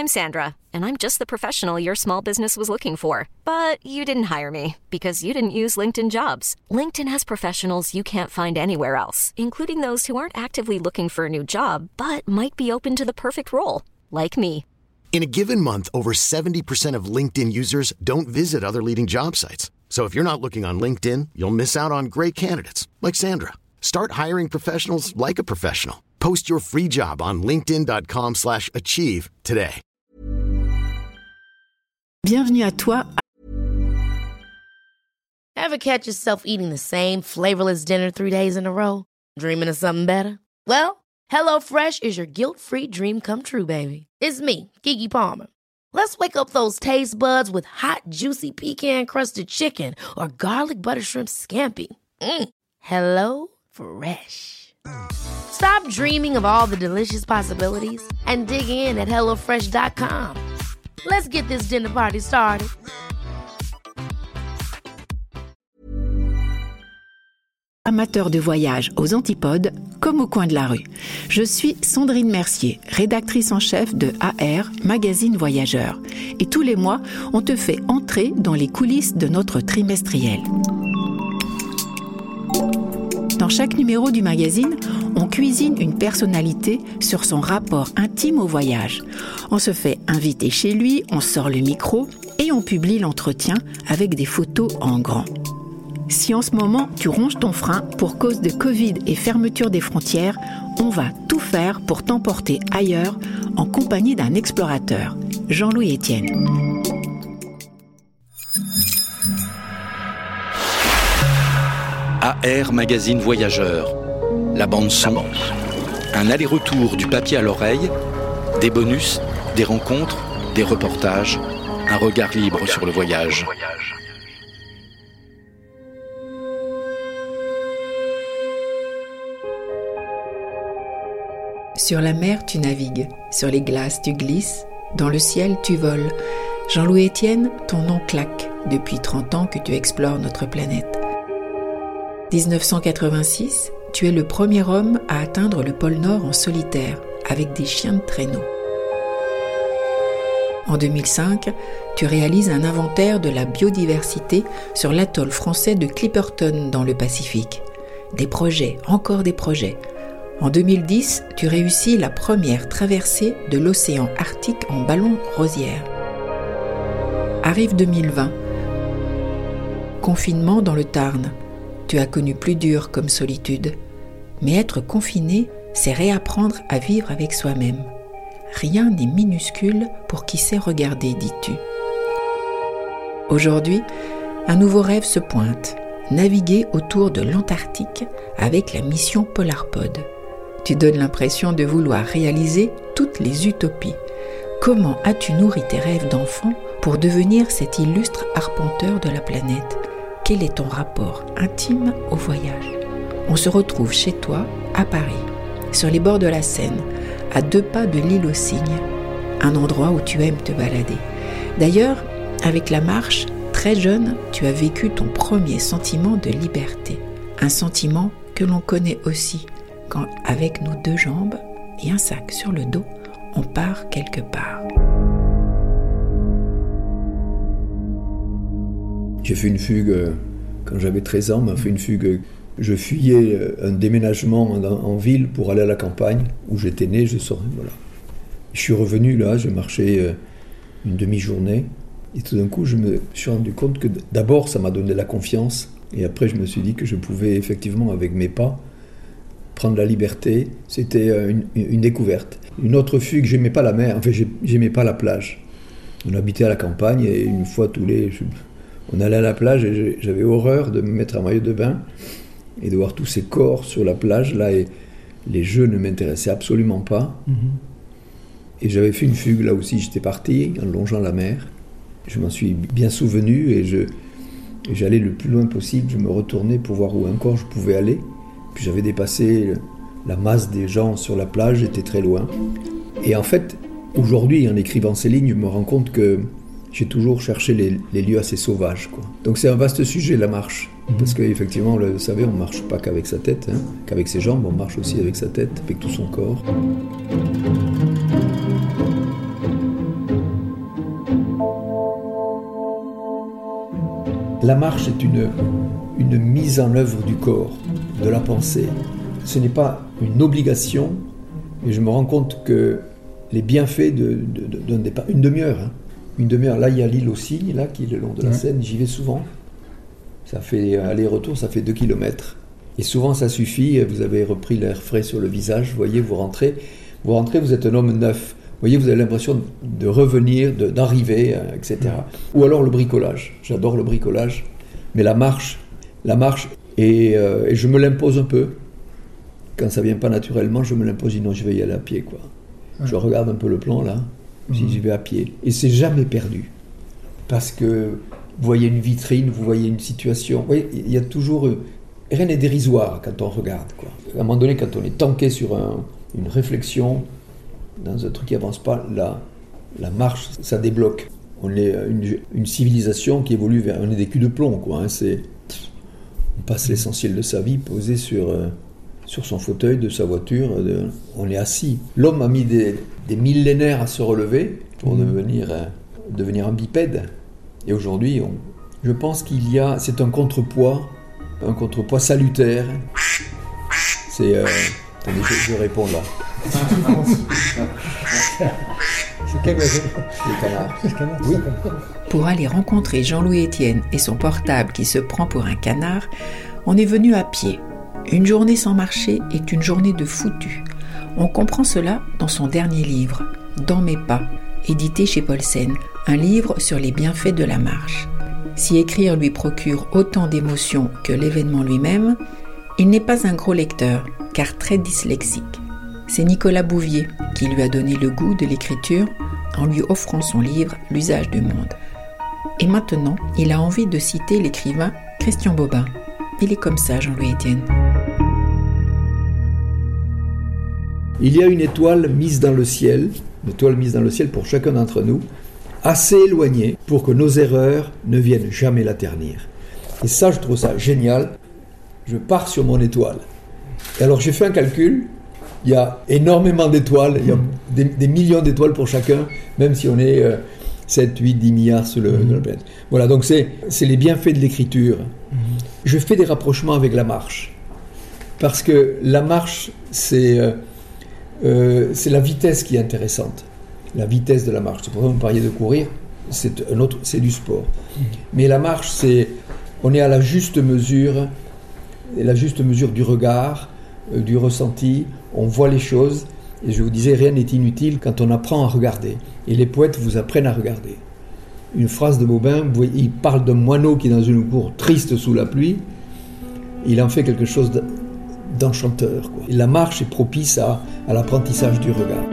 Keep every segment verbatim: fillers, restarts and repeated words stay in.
I'm Sandra, and I'm just the professional your small business was looking for. But you didn't hire me because you didn't use LinkedIn Jobs. LinkedIn has professionals you can't find anywhere else, including those who aren't actively looking for a new job, but might be open to the perfect role, like me. In a given month, over seventy percent of LinkedIn users don't visit other leading job sites. So if you're not looking on LinkedIn, you'll miss out on great candidates like Sandra. Start hiring professionals like a professional. Post your free job on linkedin.com slash achieve today. Bienvenue à toi. Ever catch yourself eating the same flavorless dinner three days in a row? Dreaming of something better? Well, HelloFresh is your guilt-free dream come true, baby. It's me, Keke Palmer. Let's wake up those taste buds with hot, juicy pecan-crusted chicken or garlic butter shrimp scampi. Mm. Hello Fresh. Stop dreaming of all the delicious possibilities and dig in at hello fresh dot com. Let's get this dinner party started. Amateur de voyage aux antipodes, comme au coin de la rue. Je suis Sandrine Mercier, rédactrice en chef de A R, magazine voyageur. Et tous les mois, on te fait entrer dans les coulisses de notre trimestriel. Dans chaque numéro du magazine, on cuisine une personnalité sur son rapport intime au voyage. On se fait inviter chez lui, on sort le micro et on publie l'entretien avec des photos en grand. Si en ce moment tu ronges ton frein pour cause de Covid et fermeture des frontières, on va tout faire pour t'emporter ailleurs en compagnie d'un explorateur, Jean-Louis Etienne. A R Magazine Voyageur, la bande-son, un aller-retour du papier à l'oreille, des bonus, des rencontres, des reportages, un regard libre sur le voyage. Sur la mer, tu navigues, sur les glaces, tu glisses, dans le ciel, tu voles. Jean-Louis Etienne, ton nom claque depuis trente ans que tu explores notre planète. dix-neuf cent quatre-vingt-six, tu es le premier homme à atteindre le pôle Nord en solitaire, avec des chiens de traîneau. En deux mille cinq, tu réalises un inventaire de la biodiversité sur l'atoll français de Clipperton dans le Pacifique. Des projets, encore des projets. En deux mille dix, tu réussis la première traversée de l'océan Arctique en ballon rosière. Arrive deux mille vingt. Confinement dans le Tarn. Tu as connu plus dur comme solitude. Mais être confiné, c'est réapprendre à vivre avec soi-même. Rien n'est minuscule pour qui sait regarder, dis-tu. Aujourd'hui, un nouveau rêve se pointe. Naviguer autour de l'Antarctique avec la mission Polarpod. Tu donnes l'impression de vouloir réaliser toutes les utopies. Comment as-tu nourri tes rêves d'enfant pour devenir cet illustre arpenteur de la planète ? Quel est ton rapport intime au voyage ? On se retrouve chez toi, à Paris, sur les bords de la Seine, à deux pas de l'île aux Cygnes, un endroit où tu aimes te balader. D'ailleurs, avec la marche, très jeune, tu as vécu ton premier sentiment de liberté. Un sentiment que l'on connaît aussi quand, avec nos deux jambes et un sac sur le dos, on part quelque part. J'ai fait une fugue quand j'avais treize ans, m'a fait une fugue. Je fuyais un déménagement en ville pour aller à la campagne où j'étais né, je sors, voilà. Je suis revenu là, j'ai marché une demi-journée et tout d'un coup je me suis rendu compte que d'abord ça m'a donné la confiance et après je me suis dit que je pouvais effectivement avec mes pas prendre la liberté. C'était une, une découverte. Une autre fugue, j'aimais pas la mer, enfin j'aimais pas la plage. On habitait à la campagne et une fois tous les... Je, on allait à la plage et j'avais horreur de me mettre en maillot de bain et de voir tous ces corps sur la plage là, et les jeux ne m'intéressaient absolument pas. Mm-hmm. Et j'avais fait une fugue là aussi, j'étais parti en longeant la mer. Je m'en suis bien souvenu et, je, et j'allais le plus loin possible, je me retournais pour voir où encore je pouvais aller. Puis j'avais dépassé la masse des gens sur la plage, j'étais très loin. Et en fait, aujourd'hui, en écrivant ces lignes, je me rends compte que j'ai toujours cherché les, les lieux assez sauvages, quoi. Donc c'est un vaste sujet, la marche. Mmh. Parce qu'effectivement, vous savez, on ne marche pas qu'avec sa tête, hein, qu'avec ses jambes, on marche aussi avec sa tête, avec tout son corps. La marche est une, une mise en œuvre du corps, de la pensée. Ce n'est pas une obligation, et je me rends compte que les bienfaits de, de, de, d'un départ, une demi-heure, hein, une demi-heure, là il y a l'île aussi, là qui est le long de la ouais. Seine, j'y vais souvent. Ça fait aller-retour, ça fait deux kilomètres. Et souvent ça suffit, vous avez repris l'air frais sur le visage, vous voyez, vous rentrez, vous rentrez, vous êtes un homme neuf. Vous voyez, vous avez l'impression de revenir, de, d'arriver, et cetera. Ou alors le bricolage. J'adore le bricolage. Mais la marche, la marche, et, euh, et je me l'impose un peu. Quand ça ne vient pas naturellement, je me l'impose, sinon je vais y aller à pied, quoi. Ouais. Je regarde un peu le plan, là, mmh. si j'y vais à pied. Et c'est jamais perdu. Parce que vous voyez une vitrine, vous voyez une situation. Vous voyez, il y a toujours... Rien n'est dérisoire quand on regarde, quoi. À un moment donné, quand on est tanké sur un, une réflexion... Dans un truc qui n'avance pas, la, la marche, ça débloque. On est une, une civilisation qui évolue vers... On est des culs de plomb, quoi. Hein, c'est, on passe l'essentiel de sa vie posé sur, euh, sur son fauteuil, de sa voiture. De, on est assis. L'homme a mis des, des millénaires à se relever pour mmh. devenir, euh, devenir un bipède. Et aujourd'hui, on, je pense qu'il y a... C'est un contrepoids, un contrepoids salutaire. C'est... Euh, attendez, je, je réponds là. C'est quel oiseau ? Le canard. Le canard. Oui. Pour aller rencontrer Jean-Louis Etienne et son portable qui se prend pour un canard, on est venu à pied. Une journée sans marcher est une journée de foutu. On comprend cela dans son dernier livre, Dans mes pas, édité chez Paulsen, un livre sur les bienfaits de la marche. Si écrire lui procure autant d'émotions que l'événement lui-même, il n'est pas un gros lecteur, car très dyslexique. C'est Nicolas Bouvier qui lui a donné le goût de l'écriture en lui offrant son livre « L'usage du monde ». Et maintenant, il a envie de citer l'écrivain Christian Bobin. Il est comme ça, Jean-Louis Etienne. Il y a une étoile mise dans le ciel, une étoile mise dans le ciel pour chacun d'entre nous, assez éloignée pour que nos erreurs ne viennent jamais la ternir. Et ça, je trouve ça génial. Je pars sur mon étoile. Et alors, j'ai fait un calcul. Il y a énormément d'étoiles, il y a des, des millions d'étoiles pour chacun, même si on est euh, sept, huit, dix milliards sur le, mmh. la planète. Voilà, donc c'est, c'est les bienfaits de l'écriture. Mmh. Je fais des rapprochements avec la marche. Parce que la marche, c'est, euh, euh, c'est la vitesse qui est intéressante. La vitesse de la marche. C'est pour ça que vous parliez de courir, c'est, un autre, c'est du sport. Mmh. Mais la marche, c'est, on est à la juste mesure, la juste mesure du regard, euh, du ressenti. On voit les choses, et je vous disais, rien n'est inutile quand on apprend à regarder. Et les poètes vous apprennent à regarder. Une phrase de Bobin, vous voyez, il parle d'un moineau qui est dans une cour triste sous la pluie, il en fait quelque chose d'enchanteur, quoi. Et la marche est propice à, à l'apprentissage du regard.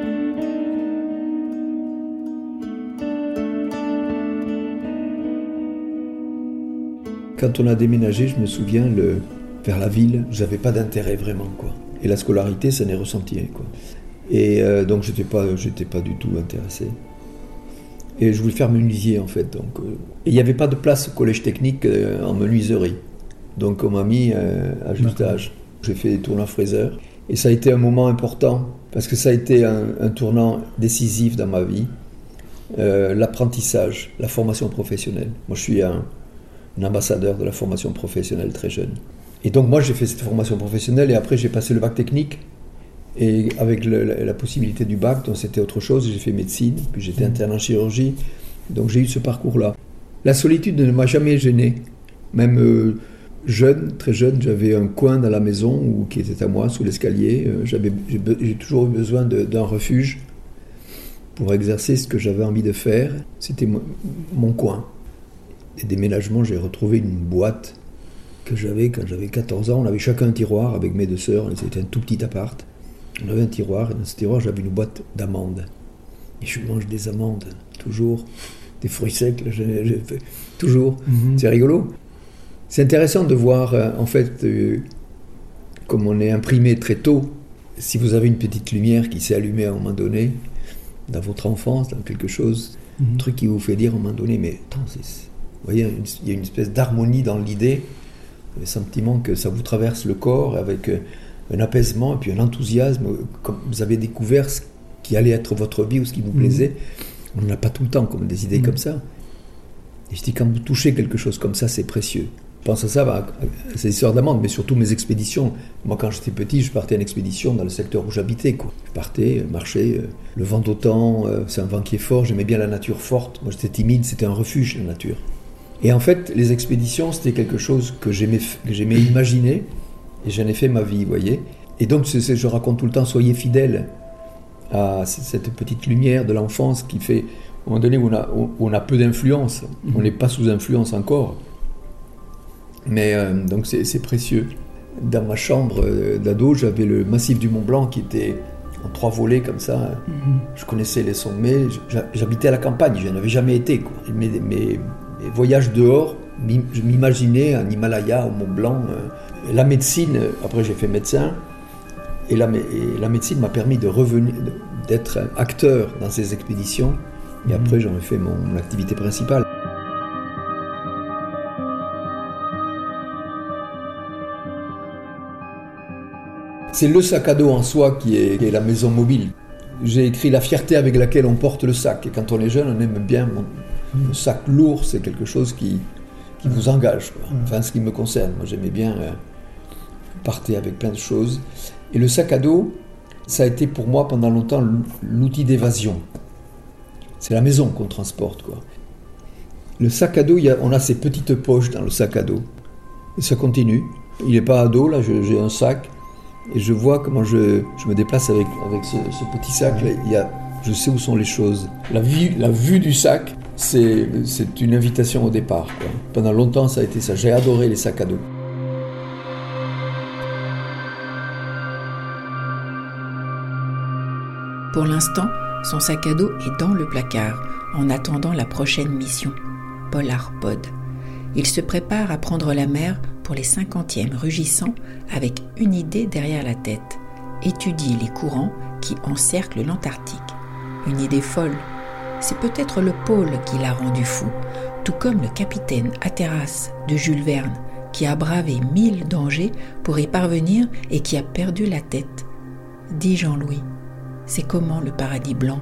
Quand on a déménagé, je me souviens, le, vers la ville, je n'avais pas d'intérêt vraiment, quoi. Et la scolarité, ça n'est ressenti, quoi. Et euh, donc, je n'étais pas, j'étais pas du tout intéressé. Et je voulais faire menuisier, en fait. Donc, euh, et il n'y avait pas de place au collège technique euh, en menuiserie. Donc, on m'a mis euh, à juste âge. J'ai fait des tournants fraiseurs. Et ça a été un moment important, parce que ça a été un, un tournant décisif dans ma vie. Euh, l'apprentissage, la formation professionnelle. Moi, je suis un, un ambassadeur de la formation professionnelle très jeune. Et donc moi j'ai fait cette formation professionnelle et après j'ai passé le bac technique et avec le, la, la possibilité du bac, donc c'était autre chose, j'ai fait médecine, puis j'étais interne en chirurgie, donc j'ai eu ce parcours-là. La solitude ne m'a jamais gêné, même euh, jeune, très jeune, j'avais un coin dans la maison où, qui était à moi, sous l'escalier, euh, j'avais, j'ai, j'ai toujours eu besoin de, d'un refuge pour exercer ce que j'avais envie de faire, c'était mon, mon coin. Les déménagements, j'ai retrouvé une boîte que j'avais quand j'avais quatorze ans. On avait chacun un tiroir avec mes deux sœurs. C'était un tout petit appart. On avait un tiroir et dans ce tiroir, j'avais une boîte d'amandes. Et je mange des amandes, toujours. Des fruits secs, là, j'ai, j'ai fait, toujours. Mm-hmm. C'est rigolo. C'est intéressant de voir, euh, en fait, euh, comme on est imprimé très tôt, si vous avez une petite lumière qui s'est allumée à un moment donné, dans votre enfance, dans quelque chose, mm-hmm. un truc qui vous fait dire à un moment donné, mais attends, c'est, vous voyez, il y a une espèce d'harmonie dans l'idée, le sentiment que ça vous traverse le corps avec un apaisement et puis un enthousiasme, comme vous avez découvert ce qui allait être votre vie ou ce qui vous plaisait. Mmh. On n'en a pas tout le temps comme des idées mmh. comme ça. Et je dis, quand vous touchez quelque chose comme ça, c'est précieux. Je pense à ça, à ces histoires d'amandes, mais surtout mes expéditions. Moi, quand j'étais petit, je partais en expédition dans le secteur où j'habitais, quoi. Je partais, marchais, euh, le vent d'autant, euh, c'est un vent qui est fort, j'aimais bien la nature forte. Moi, j'étais timide, c'était un refuge, la nature. Et en fait, les expéditions, c'était quelque chose que j'aimais, que j'aimais imaginer, et j'en ai fait ma vie, vous voyez. Et donc, c'est, c'est, je raconte tout le temps, soyez fidèles à cette petite lumière de l'enfance qui fait, à un moment donné, où on a, où on a peu d'influence, on n'est pas sous influence encore. Mais euh, donc c'est, c'est précieux. Dans ma chambre euh, d'ado, j'avais le massif du Mont Blanc qui était en trois volets comme ça. Mm-hmm. Je connaissais les sommets. J'habitais à la campagne, je n'avais jamais été, quoi. Mes, mes, mes voyages dehors, je m'imaginais en Himalaya, au Mont Blanc. Euh, la médecine, après j'ai fait médecin, et la, et la médecine m'a permis de revenir, d'être acteur dans ces expéditions. Et mm-hmm. après j'en ai fait mon, mon activité principale. C'est le sac à dos en soi qui est, qui est la maison mobile. J'ai écrit la fierté avec laquelle on porte le sac. Et quand on est jeune, on aime bien mon, le sac lourd, c'est quelque chose qui, qui vous engage, quoi. Enfin, ce qui me concerne. Moi, j'aimais bien euh, partir avec plein de choses. Et le sac à dos, ça a été pour moi pendant longtemps l'outil d'évasion. C'est la maison qu'on transporte, quoi. Le sac à dos, il y a, on a ces petites poches dans le sac à dos. Et ça continue. Il n'est pas à dos, là, je, j'ai un sac. Et je vois comment je, je me déplace avec, avec ce, ce petit sac. Là, il y a, je sais où sont les choses. La vue, la vue du sac, c'est, c'est une invitation au départ, quoi. Pendant longtemps, ça a été ça. J'ai adoré les sacs à dos. Pour l'instant, son sac à dos est dans le placard, en attendant la prochaine mission, Polarpod. Il se prépare à prendre la mer pour les cinquantièmes rugissants avec une idée derrière la tête, étudier les courants qui encerclent l'Antarctique. Une idée folle. C'est peut-être le pôle qui l'a rendu fou, tout comme le capitaine Hatteras de Jules Verne, qui a bravé mille dangers pour y parvenir et qui a perdu la tête. Dit Jean-Louis, c'est comment le paradis blanc?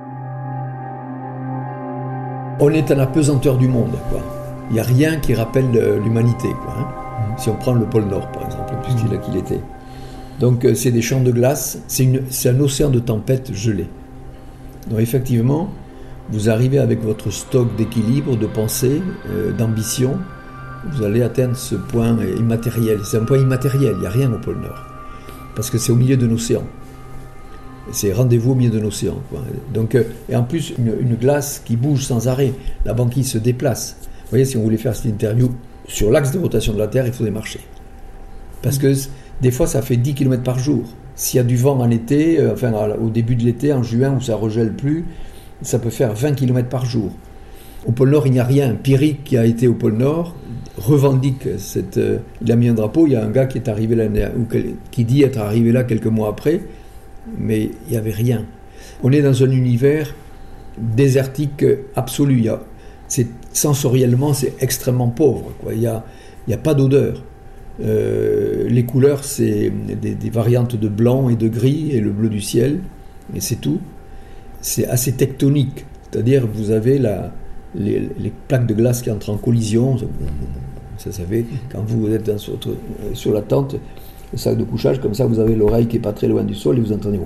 On est à la pesanteur du monde, quoi. Il n'y a rien qui rappelle l'humanité, quoi, hein. Si on prend le pôle Nord, par exemple, puisqu'il là qu'il était. Donc, euh, c'est des champs de glace, c'est, une, c'est un océan de tempête gelé. Donc, effectivement, vous arrivez avec votre stock d'équilibre, de pensée, euh, d'ambition, vous allez atteindre ce point immatériel. C'est un point immatériel, il n'y a rien au pôle Nord. Parce que c'est au milieu d'un océan. C'est rendez-vous au milieu d'un océan, quoi. Donc, euh, et en plus, une, une glace qui bouge sans arrêt. La banquise se déplace. Vous voyez, si on voulait faire cette interview sur l'axe de rotation de la Terre, il faudrait marcher. Parce que des fois, ça fait dix kilomètres par jour. S'il y a du vent en été, euh, enfin au début de l'été, en juin, où ça ne regèle plus, ça peut faire vingt kilomètres par jour. Au pôle Nord, il n'y a rien. Pierrick, qui a été au pôle Nord, revendique cette... Euh, il a mis un drapeau, il y a un gars qui est arrivé là, ou qui dit être arrivé là quelques mois après, mais il n'y avait rien. On est dans un univers désertique absolu. Il y a, c'est, sensoriellement, c'est extrêmement pauvre, quoi. Il n'y a, il y a pas d'odeur. Euh, les couleurs, c'est des, des variantes de blanc et de gris et le bleu du ciel, mais c'est tout. C'est assez tectonique, c'est-à-dire vous avez la, les, les plaques de glace qui entrent en collision. Ça, ça fait, quand vous êtes dans, sur, sur la tente, le sac de couchage, comme ça, vous avez l'oreille qui n'est pas très loin du sol et vous entendez.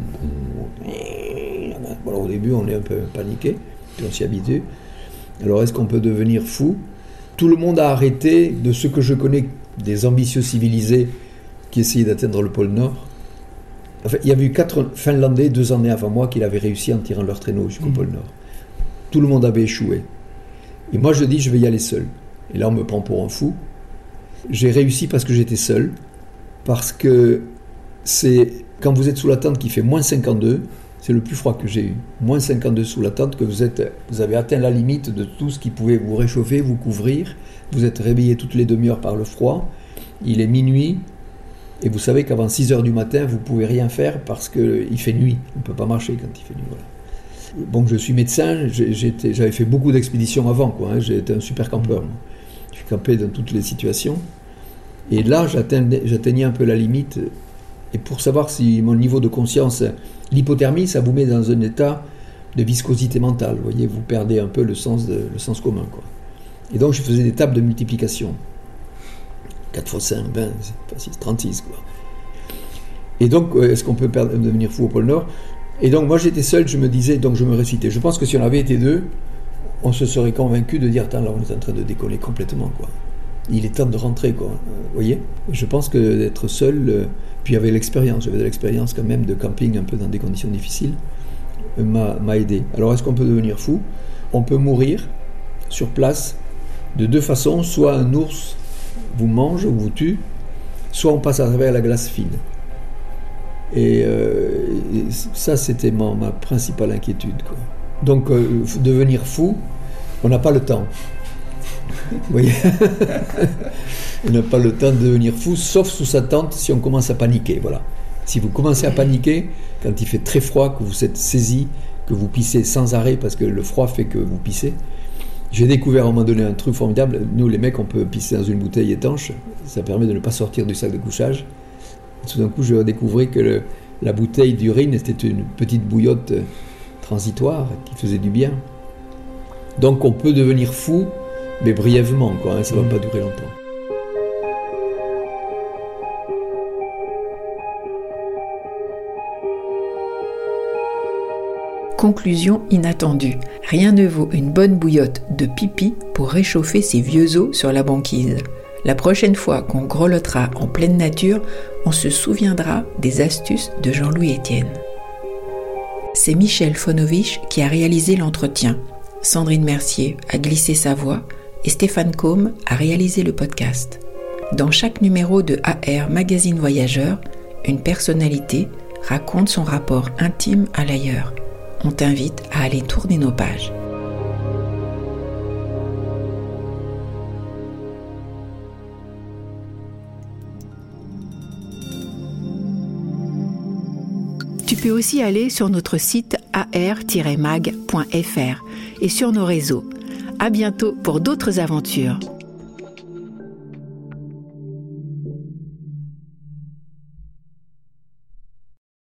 Voilà, au début, on est un peu paniqué, puis on s'y habitue. Alors, est-ce qu'on peut devenir fou ? Tout le monde a arrêté, de ceux que je connais, des ambitieux civilisés qui essayaient d'atteindre le pôle Nord. Enfin, il y avait eu quatre Finlandais, deux années avant moi, qui l'avaient réussi en tirant leur traîneau jusqu'au mmh. pôle Nord. Tout le monde avait échoué. Et moi, je dis, je vais y aller seul. Et là, on me prend pour un fou. J'ai réussi parce que j'étais seul. Parce que c'est quand vous êtes sous la tente qui fait moins cinquante-deux, c'est le plus froid que j'ai eu. Moins cinquante-deux sous la tente, que vous, êtes, vous avez atteint la limite de tout ce qui pouvait vous réchauffer, vous couvrir. Vous êtes réveillé toutes les demi-heures par le froid. Il est minuit. Et vous savez qu'avant six heures du matin, vous ne pouvez rien faire parce qu'il fait nuit. On ne peut pas marcher quand il fait nuit. Voilà. Bon, je suis médecin. J'étais, j'avais fait beaucoup d'expéditions avant, quoi, hein. J'étais un super campeur. Moi. Je suis campé dans toutes les situations. Et là, j'atteignais, j'atteignais un peu la limite. Et pour savoir si mon niveau de conscience... L'hypothermie, ça vous met dans un état de viscosité mentale. Vous voyez, vous perdez un peu le sens, de, le sens commun, quoi. Et donc je faisais des tables de multiplication. quatre fois cinq, vingt, c'est trente-six quoi. Et donc, est-ce qu'on peut perdre, devenir fou au pôle Nord ? Et donc moi j'étais seul, je me disais, donc je me récitais. Je pense que si on avait été deux, on se serait convaincu de dire, attends, là on est en train de décoller complètement quoi. Il est temps de rentrer quoi, vous voyez ? Je pense que d'être seul, euh, puis avec l'expérience, j'avais de l'expérience quand même de camping un peu dans des conditions difficiles, euh, m'a, m'a aidé. Alors est-ce qu'on peut devenir fou ? On peut mourir sur place de deux façons, soit un ours vous mange ou vous tue, soit on passe à travers la glace fine. Et, euh, et ça, c'était ma, ma principale inquiétude, quoi. Donc, euh, devenir fou, on n'a pas le temps. Vous voyez ? On n'a pas le temps de devenir fou, sauf sous sa tente si on commence à paniquer. Voilà. Si vous commencez à paniquer, quand il fait très froid, que vous êtes saisi, que vous pissez sans arrêt parce que le froid fait que vous pissez. J'ai découvert à un moment donné un truc formidable. Nous, les mecs, on peut pisser dans une bouteille étanche. Ça permet de ne pas sortir du sac de couchage. Tout d'un coup, je découvrais que le, la bouteille d'urine était une petite bouillotte transitoire qui faisait du bien. Donc, on peut devenir fou, mais brièvement, quoi, hein, ça ne va pas durer longtemps. Conclusion inattendue. Rien ne vaut une bonne bouillotte de pipi pour réchauffer ses vieux os sur la banquise. La prochaine fois qu'on grelottera en pleine nature, on se souviendra des astuces de Jean-Louis Etienne. C'est Michel Fonovich qui a réalisé l'entretien. Sandrine Mercier a glissé sa voix et Stéphane Combe a réalisé le podcast. Dans chaque numéro de A R Magazine Voyageur, une personnalité raconte son rapport intime à l'ailleurs. On t'invite à aller tourner nos pages. Tu peux aussi aller sur notre site a r tiret mag point f r et sur nos réseaux. À bientôt pour d'autres aventures.